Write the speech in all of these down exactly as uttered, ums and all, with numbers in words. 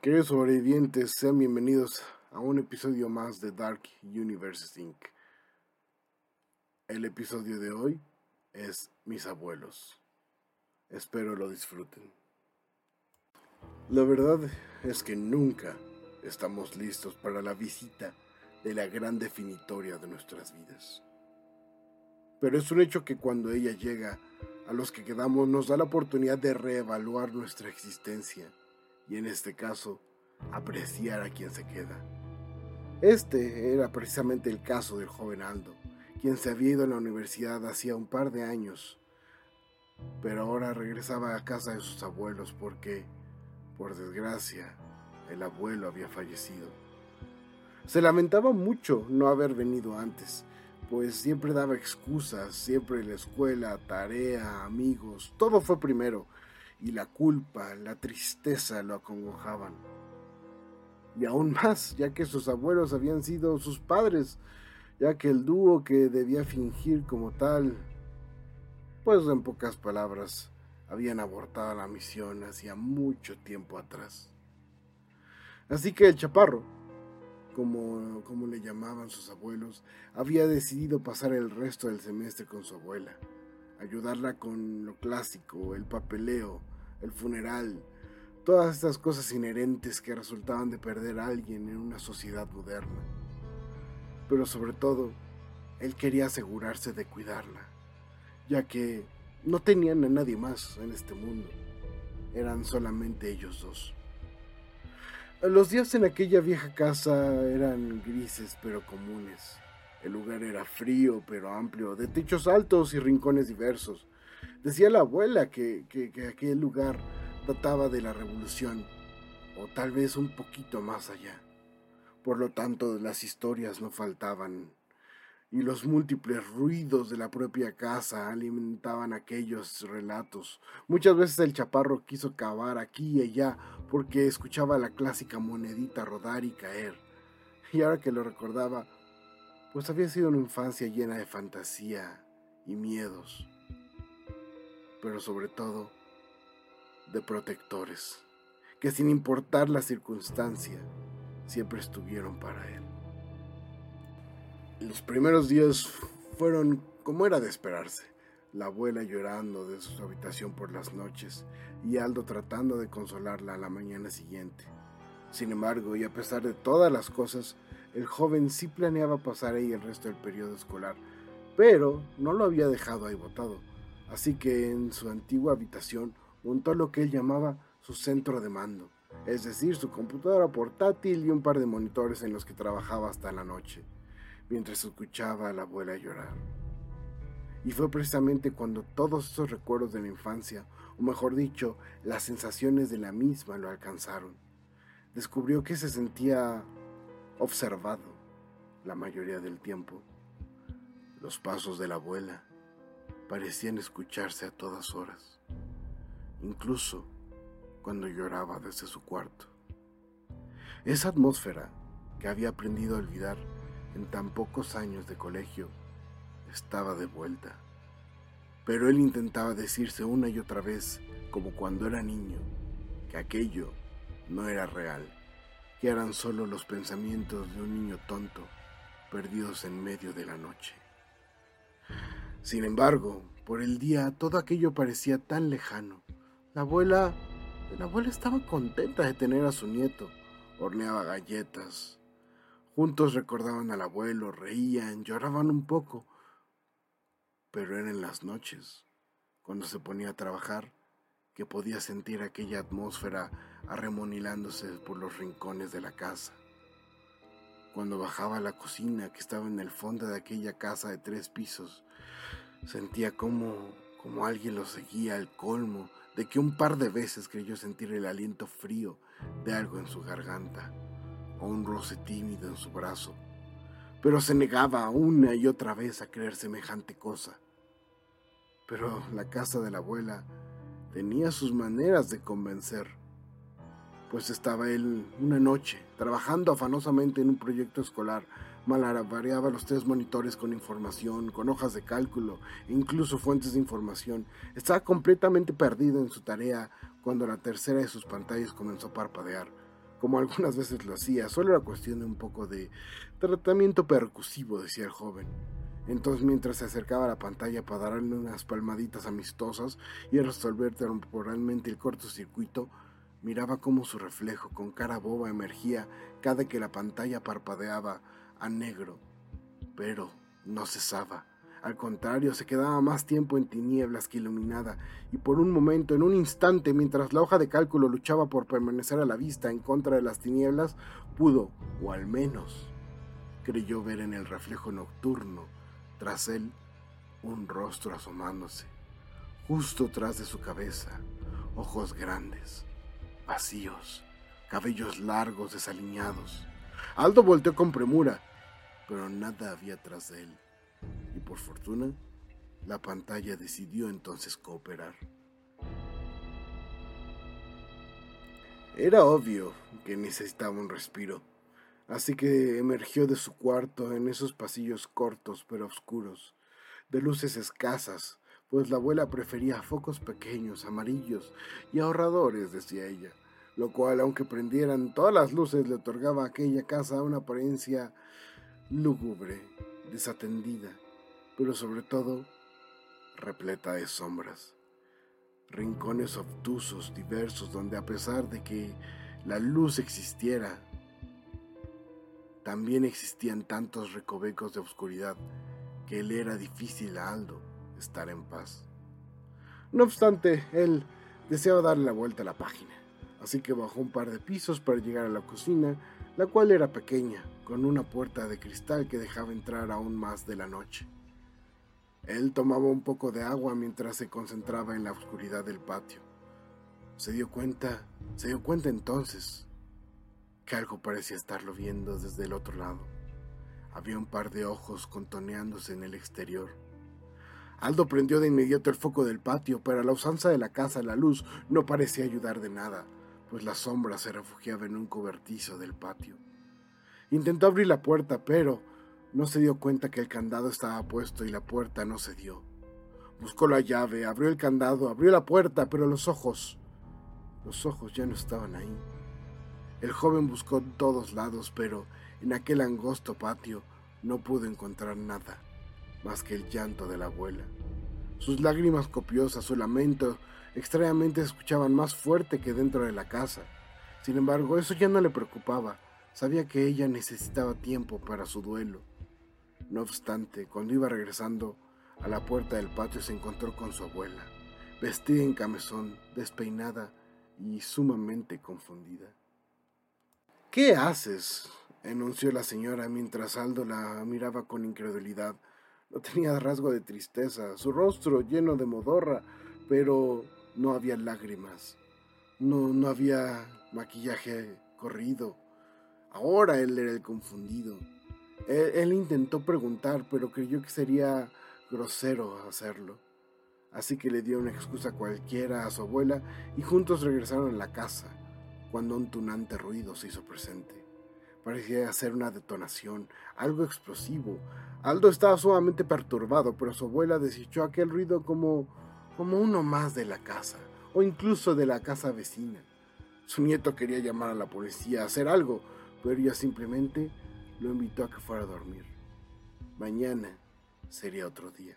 Queridos sobrevivientes, sean bienvenidos a un episodio más de Dark Universes incorporated. El episodio de hoy es Mis abuelos. Espero lo disfruten. La verdad es que nunca estamos listos para la visita de la gran definitoria de nuestras vidas. Pero es un hecho que cuando ella llega, a los que quedamos nos da la oportunidad de reevaluar nuestra existencia y en este caso, apreciar a quien se queda. Este era precisamente el caso del joven Aldo, quien se había ido a la universidad hacía un par de años, pero ahora regresaba a casa de sus abuelos porque, por desgracia, el abuelo había fallecido. Se lamentaba mucho no haber venido antes, pues siempre daba excusas, siempre la escuela, tarea, amigos, todo fue primero, y la culpa, la tristeza lo acongojaban. Y aún más, ya que sus abuelos habían sido sus padres, ya que el dúo que debía fingir como tal, pues en pocas palabras, habían abortado la misión hacía mucho tiempo atrás. Así que el chaparro, como, como le llamaban sus abuelos, había decidido pasar el resto del semestre con su abuela, ayudarla con lo clásico, el papeleo, el funeral, todas estas cosas inherentes que resultaban de perder a alguien en una sociedad moderna. Pero sobre todo, él quería asegurarse de cuidarla, ya que no tenían a nadie más en este mundo, eran solamente ellos dos. Los días en aquella vieja casa eran grises pero comunes. El lugar era frío pero amplio, de techos altos y rincones diversos. Decía la abuela que, que, que aquel lugar databa de la revolución, o tal vez un poquito más allá. Por lo tanto, las historias no faltaban, y los múltiples ruidos de la propia casa alimentaban aquellos relatos. Muchas veces el chaparro quiso cavar aquí y allá porque escuchaba la clásica monedita rodar y caer. Y ahora que lo recordaba, pues había sido una infancia llena de fantasía y miedos, pero sobre todo de protectores, que sin importar la circunstancia, siempre estuvieron para él. Los primeros días fueron como era de esperarse, la abuela llorando de su habitación por las noches y Aldo tratando de consolarla a la mañana siguiente. Sin embargo, y a pesar de todas las cosas, el joven sí planeaba pasar ahí el resto del periodo escolar, pero no lo había dejado ahí botado, así que en su antigua habitación montó lo que él llamaba su centro de mando, es decir, su computadora portátil y un par de monitores en los que trabajaba hasta la noche, mientras escuchaba a la abuela llorar. Y fue precisamente cuando todos esos recuerdos de la infancia, o mejor dicho, las sensaciones de la misma lo alcanzaron. Descubrió que se sentía observado la mayoría del tiempo. Los pasos de la abuela parecían escucharse a todas horas, incluso cuando lloraba desde su cuarto. Esa atmósfera que había aprendido a olvidar en tan pocos años de colegio estaba de vuelta, pero él intentaba decirse una y otra vez, como cuando era niño, que aquello no era real, que eran solo los pensamientos de un niño tonto perdidos en medio de la noche. Sin embargo, por el día todo aquello parecía tan lejano. La abuela, la abuela estaba contenta de tener a su nieto, horneaba galletas. Juntos recordaban al abuelo, reían, lloraban un poco, pero era en las noches, cuando se ponía a trabajar, que podía sentir aquella atmósfera arremolinándose por los rincones de la casa. Cuando bajaba a la cocina que estaba en el fondo de aquella casa de tres pisos, sentía como, como alguien lo seguía al colmo de que un par de veces creyó sentir el aliento frío de algo en su garganta, o un roce tímido en su brazo, pero se negaba una y otra vez a creer semejante cosa. Pero la casa de la abuela tenía sus maneras de convencer, pues estaba él una noche trabajando afanosamente en un proyecto escolar, malabareaba los tres monitores con información, con hojas de cálculo e incluso fuentes de información. Estaba completamente perdido en su tarea cuando la tercera de sus pantallas comenzó a parpadear. como algunas veces lo hacía. Solo era cuestión de un poco de tratamiento percusivo, decía el joven. Entonces, mientras se acercaba a la pantalla para darle unas palmaditas amistosas y resolver temporalmente el cortocircuito, miraba cómo su reflejo con cara boba emergía cada que la pantalla parpadeaba a negro, pero no cesaba. Al contrario, se quedaba más tiempo en tinieblas que iluminada, y por un momento, en un instante, mientras la hoja de cálculo luchaba por permanecer a la vista en contra de las tinieblas, pudo, o al menos creyó ver en el reflejo nocturno, tras él, un rostro asomándose, justo tras de su cabeza, ojos grandes, vacíos, cabellos largos desaliñados. Aldo volteó con premura, pero nada había tras de él. Y por fortuna, la pantalla decidió entonces cooperar. Era obvio que necesitaba un respiro, así que emergió de su cuarto en esos pasillos cortos pero oscuros, de luces escasas, pues la abuela prefería focos pequeños, amarillos y ahorradores, decía ella, lo cual, aunque prendieran todas las luces, le otorgaba a aquella casa una apariencia lúgubre, desatendida, pero sobre todo repleta de sombras. Rincones obtusos, diversos, donde a pesar de que la luz existiera, también existían tantos recovecos de oscuridad que le era difícil a Aldo estar en paz. No obstante, él deseaba darle la vuelta a la página, así que bajó un par de pisos para llegar a la cocina, la cual era pequeña, con una puerta de cristal que dejaba entrar aún más de la noche. Él tomaba un poco de agua mientras se concentraba en la oscuridad del patio. Se dio cuenta, se dio cuenta entonces que algo parecía estarlo viendo desde el otro lado. Había un par de ojos contoneándose en el exterior. Aldo prendió de inmediato el foco del patio, pero a la usanza de la casa la luz no parecía ayudar de nada, pues la sombra se refugiaba en un cobertizo del patio. Intentó abrir la puerta, pero no se dio cuenta que el candado estaba puesto y la puerta no cedió. Buscó la llave, abrió el candado, abrió la puerta, pero los ojos, los ojos ya no estaban ahí. El joven buscó en todos lados, pero en aquel angosto patio no pudo encontrar nada más que el llanto de la abuela. Sus lágrimas copiosas, su lamento, extrañamente se escuchaban más fuerte que dentro de la casa. Sin embargo, eso ya no le preocupaba. Sabía que ella necesitaba tiempo para su duelo. No obstante, cuando iba regresando a la puerta del patio se encontró con su abuela, vestida en camisón, despeinada y sumamente confundida. «¿Qué haces?», enunció la señora mientras Aldo la miraba con incredulidad. No tenía rasgo de tristeza, su rostro lleno de modorra, pero no había lágrimas, no, no había maquillaje corrido. Ahora él era el confundido. Él, él intentó preguntar, pero creyó que sería grosero hacerlo. Así que le dio una excusa cualquiera a su abuela y juntos regresaron a la casa, cuando un tunante ruido se hizo presente. Parecía ser una detonación, algo explosivo. Aldo estaba sumamente perturbado, pero su abuela desechó aquel ruido como, como uno más de la casa, o incluso de la casa vecina. Su nieto quería llamar a la policía, hacer algo, pero ella simplemente lo invitó a que fuera a dormir. Mañana sería otro día.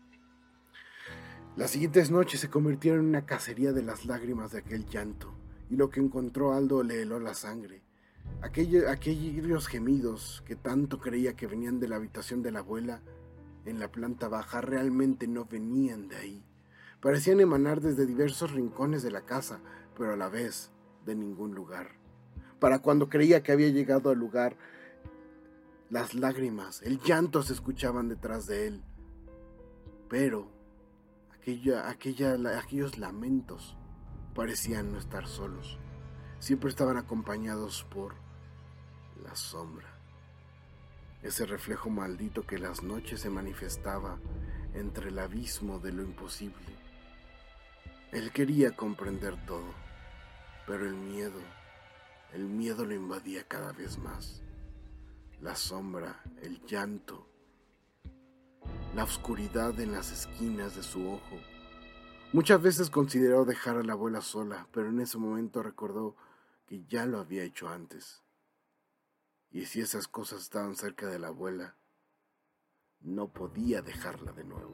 Las siguientes noches se convirtieron en una cacería de las lágrimas de aquel llanto, y lo que encontró Aldo le heló la sangre. Aquellos, aquellos gemidos que tanto creía que venían de la habitación de la abuela en la planta baja realmente no venían de ahí. Parecían emanar desde diversos rincones de la casa, pero a la vez de ningún lugar. Para cuando creía que había llegado al lugar, las lágrimas, el llanto se escuchaban detrás de él. Pero aquella, aquella, aquellos lamentos parecían no estar solos. Siempre estaban acompañados por la sombra, ese reflejo maldito que las noches se manifestaba entre el abismo de lo imposible. Él quería comprender todo, pero el miedo, el miedo lo invadía cada vez más. La sombra, el llanto, la oscuridad en las esquinas de su ojo. Muchas veces consideró dejar a la abuela sola, pero en ese momento recordó que ya lo había hecho antes. Y si esas cosas estaban cerca de la abuela, no podía dejarla de nuevo.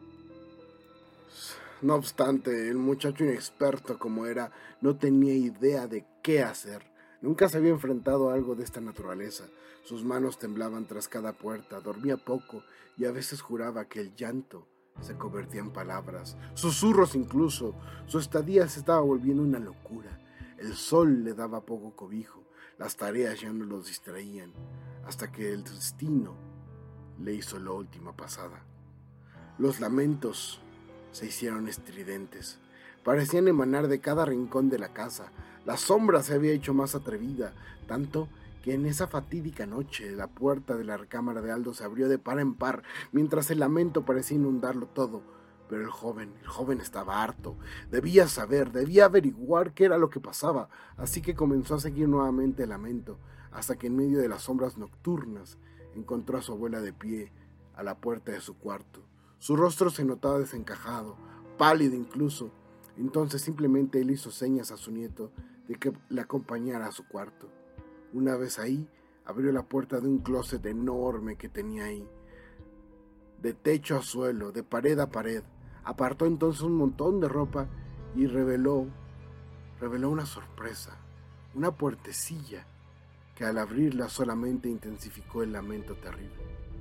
No obstante, el muchacho inexperto como era, no tenía idea de qué hacer. Nunca se había enfrentado a algo de esta naturaleza. Sus manos temblaban tras cada puerta, dormía poco y a veces juraba que el llanto se convertía en palabras, susurros incluso. Su estadía se estaba volviendo una locura. El sol le daba poco cobijo, las tareas ya no los distraían, hasta que el destino le hizo la última pasada. Los lamentos se hicieron estridentes, parecían emanar de cada rincón de la casa. La sombra se había hecho más atrevida, tanto que en esa fatídica noche la puerta de la recámara de Aldo se abrió de par en par, mientras el lamento parecía inundarlo todo. Pero el joven, el joven estaba harto, debía saber, debía averiguar qué era lo que pasaba, así que comenzó a seguir nuevamente el lamento, hasta que en medio de las sombras nocturnas encontró a su abuela de pie a la puerta de su cuarto. Su rostro se notaba desencajado, pálido incluso. Entonces simplemente él hizo señas a su nieto de que le acompañara a su cuarto. Una vez ahí, abrió la puerta de un closet enorme que tenía ahí, de techo a suelo, de pared a pared. Apartó entonces un montón de ropa y reveló, reveló una sorpresa, una puertecilla que al abrirla solamente intensificó el lamento terrible.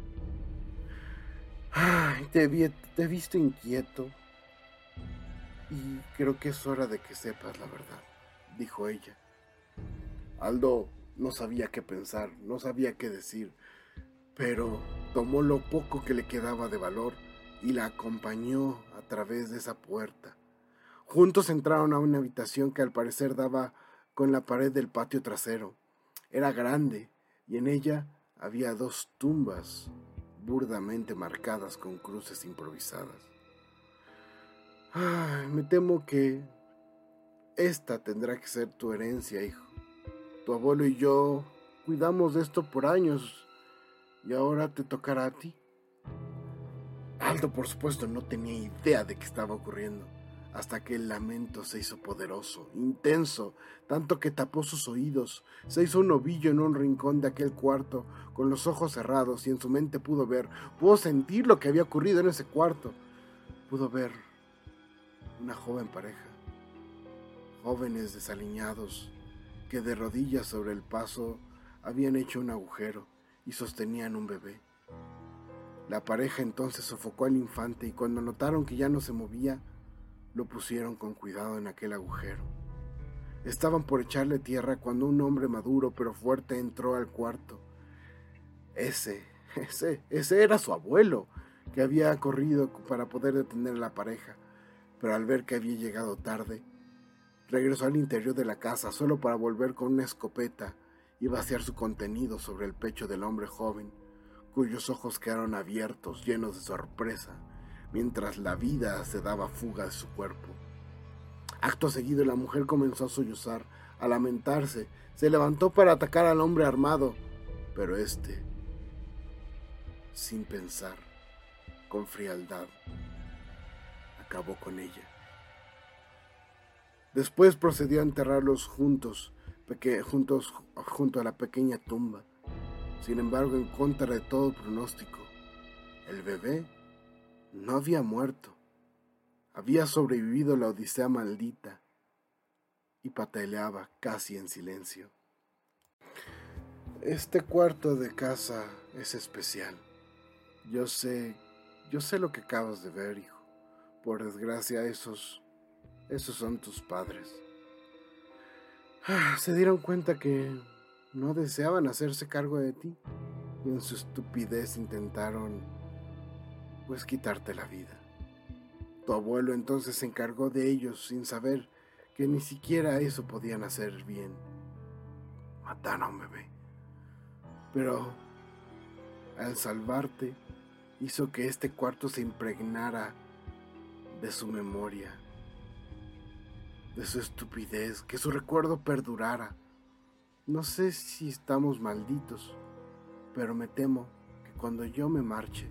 Ay, te, vi, te he visto inquieto y creo que es hora de que sepas la verdad, dijo ella. Aldo no sabía qué pensar, no sabía qué decir, pero tomó lo poco que le quedaba de valor y la acompañó a través de esa puerta. Juntos entraron a una habitación que al parecer daba con la pared del patio trasero. Era grande y en ella había dos tumbas burdamente marcadas con cruces improvisadas. Ay, me temo que esta tendrá que ser tu herencia, hijo. Tu abuelo y yo cuidamos de esto por años y ahora te tocará a ti. Aldo, por supuesto, no tenía idea de qué estaba ocurriendo, hasta que el lamento se hizo poderoso, intenso, tanto que tapó sus oídos. Se hizo un ovillo en un rincón de aquel cuarto, con los ojos cerrados, y en su mente pudo ver, pudo sentir lo que había ocurrido en ese cuarto. Pudo ver una joven pareja, jóvenes desaliñados, que de rodillas sobre el paso habían hecho un agujero y sostenían un bebé. La pareja entonces sofocó al infante y cuando notaron que ya no se movía, lo pusieron con cuidado en aquel agujero. Estaban por echarle tierra cuando un hombre maduro pero fuerte entró al cuarto. Ese, ese, ese era su abuelo, que había corrido para poder detener a la pareja, pero al ver que había llegado tarde, regresó al interior de la casa solo para volver con una escopeta y vaciar su contenido sobre el pecho del hombre joven, cuyos ojos quedaron abiertos, llenos de sorpresa, mientras la vida se daba fuga de su cuerpo. Acto seguido la mujer comenzó a sollozar, a lamentarse, se levantó para atacar al hombre armado, pero éste, sin pensar, con frialdad, acabó con ella. Después procedió a enterrarlos juntos, peque- juntos junto a la pequeña tumba. Sin embargo, en contra de todo pronóstico, el bebé no había muerto. Había sobrevivido la odisea maldita y pataleaba casi en silencio. Este cuarto de casa es especial. Yo sé, yo sé lo que acabas de ver, hijo. Por desgracia, esos, esos son tus padres. Ah, se dieron cuenta que no deseaban hacerse cargo de ti y en su estupidez intentaron, pues, quitarte la vida. Tu abuelo entonces se encargó de ellos sin saber que ni siquiera eso podían hacer bien. Mataron a un bebé. Pero al salvarte, hizo que este cuarto se impregnara de su memoria, de su estupidez, que su recuerdo perdurara. No sé si estamos malditos, pero me temo que cuando yo me marche,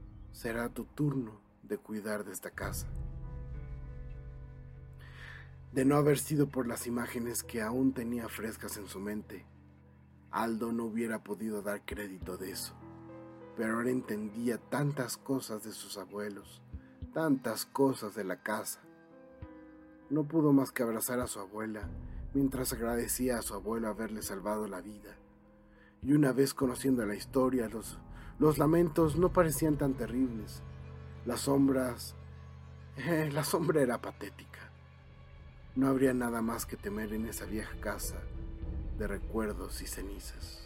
será tu turno de cuidar de esta casa. De no haber sido por las imágenes que aún tenía frescas en su mente, Aldo no hubiera podido dar crédito de eso. Pero ahora entendía tantas cosas de sus abuelos, tantas cosas de la casa. No pudo más que abrazar a su abuela, mientras agradecía a su abuelo haberle salvado la vida. Y una vez conociendo la historia, los, los lamentos no parecían tan terribles. Las sombras... Eh, la sombra era patética. No habría nada más que temer en esa vieja casa de recuerdos y cenizas.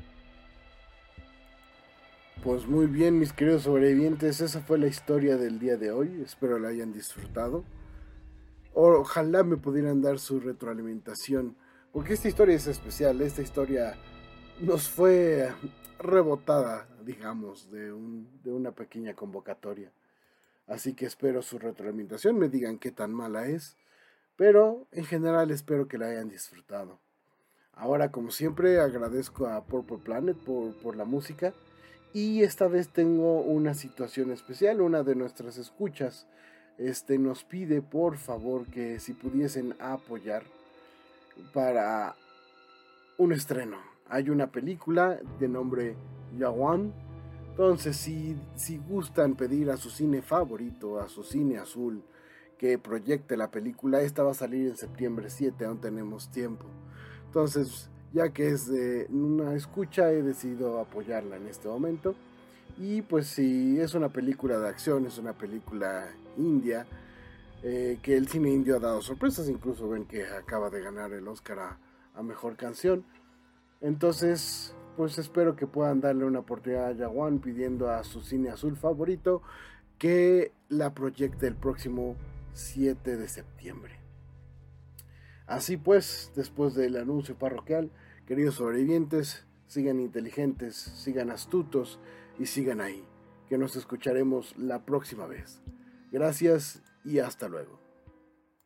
Pues muy bien, mis queridos sobrevivientes, esa fue la historia del día de hoy. Espero la hayan disfrutado. Ojalá me pudieran dar su retroalimentación, porque esta historia es especial. Esta historia nos fue rebotada, digamos, de, un, de una pequeña convocatoria. Así que espero su retroalimentación, me digan qué tan mala es, pero en general espero que la hayan disfrutado. Ahora, como siempre, agradezco a Purple Planet por, por la música, y esta vez tengo una situación especial. Una de nuestras escuchas este, nos pide por favor que si pudiesen apoyar para un estreno. Hay una película de nombre Yawan. Entonces, si, si gustan pedir a su cine favorito, a su cine azul, que proyecte la película, esta va a salir en septiembre siete, aún tenemos tiempo. Entonces, ya que es de una escucha, he decidido apoyarla en este momento. Y pues si es una película de acción, es una película india, eh, que el cine indio ha dado sorpresas, incluso ven que acaba de ganar el Oscar a, a Mejor Canción. Entonces, pues espero que puedan darle una oportunidad a Yawan pidiendo a su cine azul favorito que la proyecte el próximo siete de septiembre. Así pues, después del anuncio parroquial, queridos sobrevivientes, sigan inteligentes, sigan astutos y sigan ahí, que nos escucharemos la próxima vez. Gracias y hasta luego.